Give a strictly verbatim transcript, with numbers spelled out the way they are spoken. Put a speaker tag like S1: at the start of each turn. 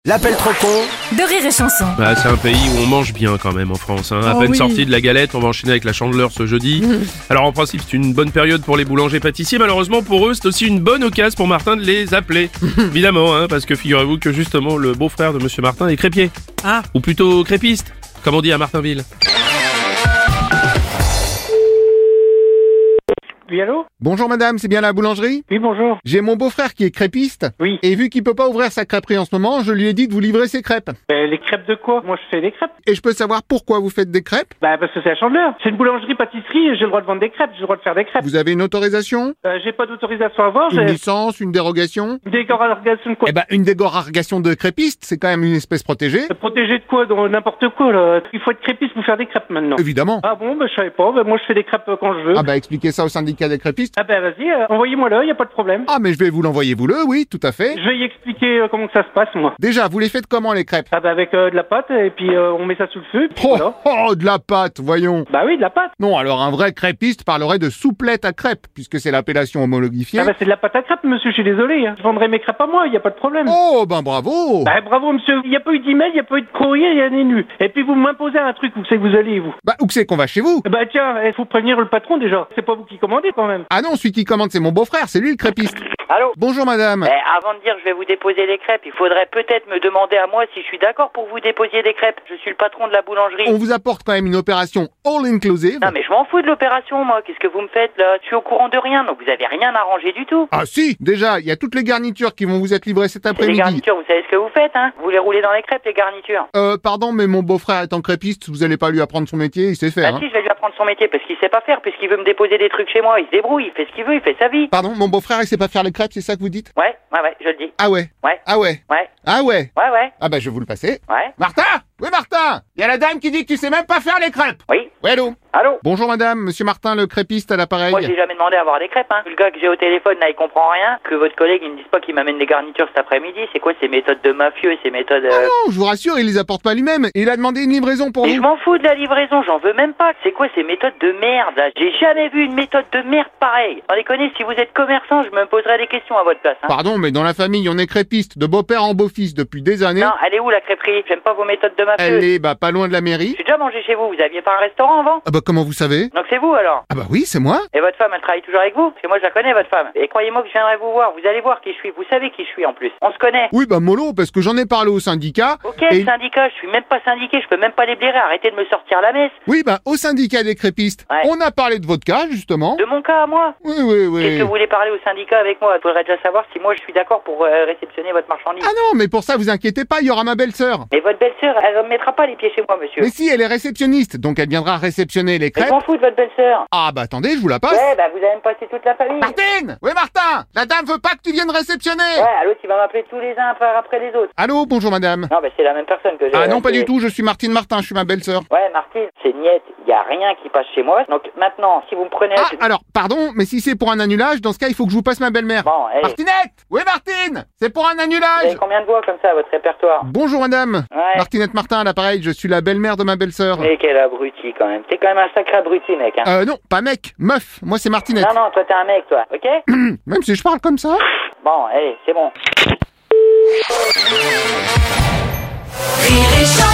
S1: L'appel trop con
S2: de Rire et Chanson.
S3: Bah, c'est un pays où on mange bien quand même en France. Hein. À
S2: Oh
S3: peine
S2: oui.
S3: sorti de la galette, on va enchaîner avec la Chandeleur ce jeudi. Alors en principe, c'est une bonne période pour les boulangers-pâtissiers. Malheureusement pour eux, c'est aussi une bonne occasion pour Martin de les appeler. Évidemment, hein, parce que figurez-vous que justement le beau-frère de Monsieur Martin est crépier.
S2: Ah.
S3: Ou plutôt crépiste, comme on dit à Martinville.
S4: Oui, allô?
S5: Bonjour madame, c'est bien la boulangerie?
S4: Oui, bonjour.
S5: J'ai mon beau-frère qui est crépiste.
S4: Oui.
S5: Et vu qu'il peut pas ouvrir sa crêperie en ce moment, je lui ai dit de vous livrer ses crêpes.
S4: Ben, les crêpes de quoi? Moi, je fais des crêpes.
S5: Et je peux savoir pourquoi vous faites des crêpes?
S4: Bah, parce que c'est la Chandeleur. C'est une boulangerie-pâtisserie, j'ai le droit de vendre des crêpes, j'ai le droit de faire des crêpes.
S5: Vous avez une autorisation?
S4: Euh, j'ai pas d'autorisation à avoir,
S5: Une
S4: j'ai
S5: licence? Une dérogation?
S4: une dérogation de quoi?
S5: Eh ben, une dérogation de crépiste, c'est quand même une espèce protégée.
S4: Euh, Protégé de quoi? Dans n'importe quoi, là. Il faut être crépiste pour faire des crêpes, maintenant.
S5: Évidemment.
S4: Ah bon? Bah, je savais pas. Bah, moi, je fais des crêpes euh, quand je veux.
S5: Ah bah expliquez ça au syndicat des crépistes.
S4: Ah ben, vas-y, euh, envoyez-moi-le, y a pas de problème.
S5: Ah mais je vais vous l'envoyer vous le, oui, tout à fait.
S4: Je vais y expliquer euh, comment que ça se passe, moi.
S5: Déjà, vous les faites comment les crêpes?
S4: Ah bah, avec euh, de la pâte, et puis euh, on met ça sous le feu, puis
S5: Oh,
S4: voilà.
S5: oh, de la pâte, voyons.
S4: Bah oui, de la pâte.
S5: Non, alors un vrai crépiste parlerait de souplette à crêpes, puisque c'est l'appellation homologifiée.
S4: Ah bah, c'est de la pâte à crêpes, monsieur, je suis désolé. Hein. Je vendrai mes crêpes à moi, y a pas de problème.
S5: Oh, ben bravo.
S4: Bah bravo monsieur, il n'y a pas eu d'email, il n'y a pas eu de courrier, il y a un élu. Et puis vous m'imposez un truc, où c'est que vous allez vous?
S5: Bah, où que c'est qu'on va chez vous?
S4: Bah tiens, il faut prévenir le patron déjà, c'est pas vous qui commandez quand même.
S5: Ah non, celui qui commande, c'est mon beau-frère, c'est lui le crépiste.
S6: Allô?
S5: Bonjour madame.
S6: Eh, avant de dire je vais vous déposer les crêpes, il faudrait peut-être me demander à moi si je suis d'accord pour que vous déposiez des crêpes. Je suis le patron de la boulangerie.
S5: On vous apporte quand même une opération all inclusive.
S6: Non mais je m'en fous de l'opération moi, qu'est-ce que vous me faites là? Je suis au courant de rien, donc vous avez rien arrangé du tout.
S5: Ah si, déjà, il y a toutes les garnitures qui vont vous être livrées cet
S6: Les
S5: après-midi.
S6: garnitures, vous savez ce que vous faites, hein? Vous les roulez dans les crêpes, les garnitures.
S5: Euh, pardon, mais mon beau-frère étant crépiste, vous allez pas lui apprendre son métier, il sait faire.
S6: Ah
S5: hein.
S6: si, je vais lui apprendre son métier parce qu'il sait pas faire, puisqu'il veut me déposer des trucs chez moi, il se débrouille, il fait ce qu'il veut, il fait sa vie.
S5: Pardon, mon beau-frère il sait pas faire les crêpes, c'est ça que vous dites?
S6: Ouais, ouais, ouais, je le dis.
S5: Ah ouais.
S6: Ouais,
S5: Ah ouais.
S6: ouais,
S5: Ah ouais.
S6: ouais, ouais,
S5: Ah bah je vais vous le passer.
S6: ouais.
S5: Martin! Oui Martin! Il y a la dame qui dit que tu sais même pas faire les crêpes.
S6: Oui.
S5: Oui, allô?
S6: Allô?
S5: Bonjour madame, monsieur Martin le crépiste à l'appareil.
S6: Moi, j'ai jamais demandé à avoir des crêpes, hein. Le gars que j'ai au téléphone, là, il comprend rien. Que votre collègue, il me dise pas qu'il m'amène des garnitures cet après-midi. C'est quoi ces méthodes de mafieux, ces méthodes...
S5: Ah
S6: Euh...
S5: non, je vous rassure, il les apporte pas lui-même. Il a demandé une livraison pour
S6: Mais je
S5: vous.
S6: m'en fous de la livraison, j'en veux même pas. C'est quoi ces méthodes de merde, là? J'ai jamais vu une méthode de merde pareille. Sans déconner, si vous êtes commerçant, je me poserai des questions à votre place, hein.
S5: Pardon, mais dans la famille, on est crépiste, de beau-père en beau-fils depuis des années.
S6: Non, elle est où la crêperie? J'aime pas vos méthodes de mafieux.
S5: Elle est, bah, pas loin de la mairie.
S6: J'ai déjà mangé chez vous, vous aviez pas un restaurant avant?
S5: Ah bah, comment vous savez?
S6: Donc c'est vous alors?
S5: Ah bah oui, c'est moi.
S6: Et votre femme, elle travaille toujours avec vous? Parce que moi je la connais, votre femme. Et croyez-moi que je viendrai vous voir, vous allez voir qui je suis, vous savez qui je suis en plus. On se connaît.
S5: Oui, bah, mollo, parce que j'en ai parlé au syndicat.
S6: Ok,
S5: et-
S6: le syndicat, je suis même pas syndiqué, je peux même pas les blairer, arrêtez de me sortir la messe.
S5: Oui, bah, au syndicat des crépistes.
S6: Ouais.
S5: On a parlé de votre cas, justement.
S6: De mon cas à moi?
S5: Oui, oui, oui.
S6: Qu'est-ce que vous voulez parler au syndicat avec moi? Il faudrait déjà savoir si moi je suis d'accord pour euh, réceptionner votre marchandise.
S5: Ah non, mais pour ça, vous inquiétez pas, il y aura ma belle-sœur.
S6: Mais votre belle-sœur, elle ne mettra pas les pieds chez moi, monsieur.
S5: Mais si, elle est réceptionniste, donc elle viendra réceptionner les
S6: Mais je
S5: crêpes.
S6: m'en fous de votre belle-sœur.
S5: Ah bah attendez, je vous la passe.
S6: Ouais, bah vous allez me passer toute la famille.
S5: Martine! Oui, Martin! La dame veut pas que tu viennes réceptionner!
S6: Ouais, à l'autre, il va m'appeler tous les uns par après les autres.
S5: Allô, bonjour madame.
S6: Non, bah c'est la même personne que j'ai.
S5: Ah non, pas
S6: appelé.
S5: du tout, je suis Martine Martin, je suis ma belle-sœur.
S6: Ouais, Martine, c'est niette, il y a rien qui passe chez moi. Donc maintenant, si vous me prenez...
S5: Ah, alors, pardon, mais si c'est pour un annulage, dans ce cas, il faut que je vous passe ma belle-mère.
S6: Bon, hey,
S5: Martinette! Oui, Martine! C'est pour un
S6: vous
S5: annulage!
S6: avez combien de voix comme ça à votre répertoire?
S5: Bonjour madame.
S6: Ouais.
S5: Martinette Martin à l'appareil, je suis la belle-mère de ma belle-sœur.
S6: Mais quel abruti quand même. T'es quand même un sacré abruti, mec, hein.
S5: Euh, non, pas mec, meuf. Moi, c'est Martinette.
S6: Non, non, toi t'es un mec, toi, ok?
S5: Même si je parle comme ça.
S6: Bon, allez, c'est bon.
S2: Rire et Chanson.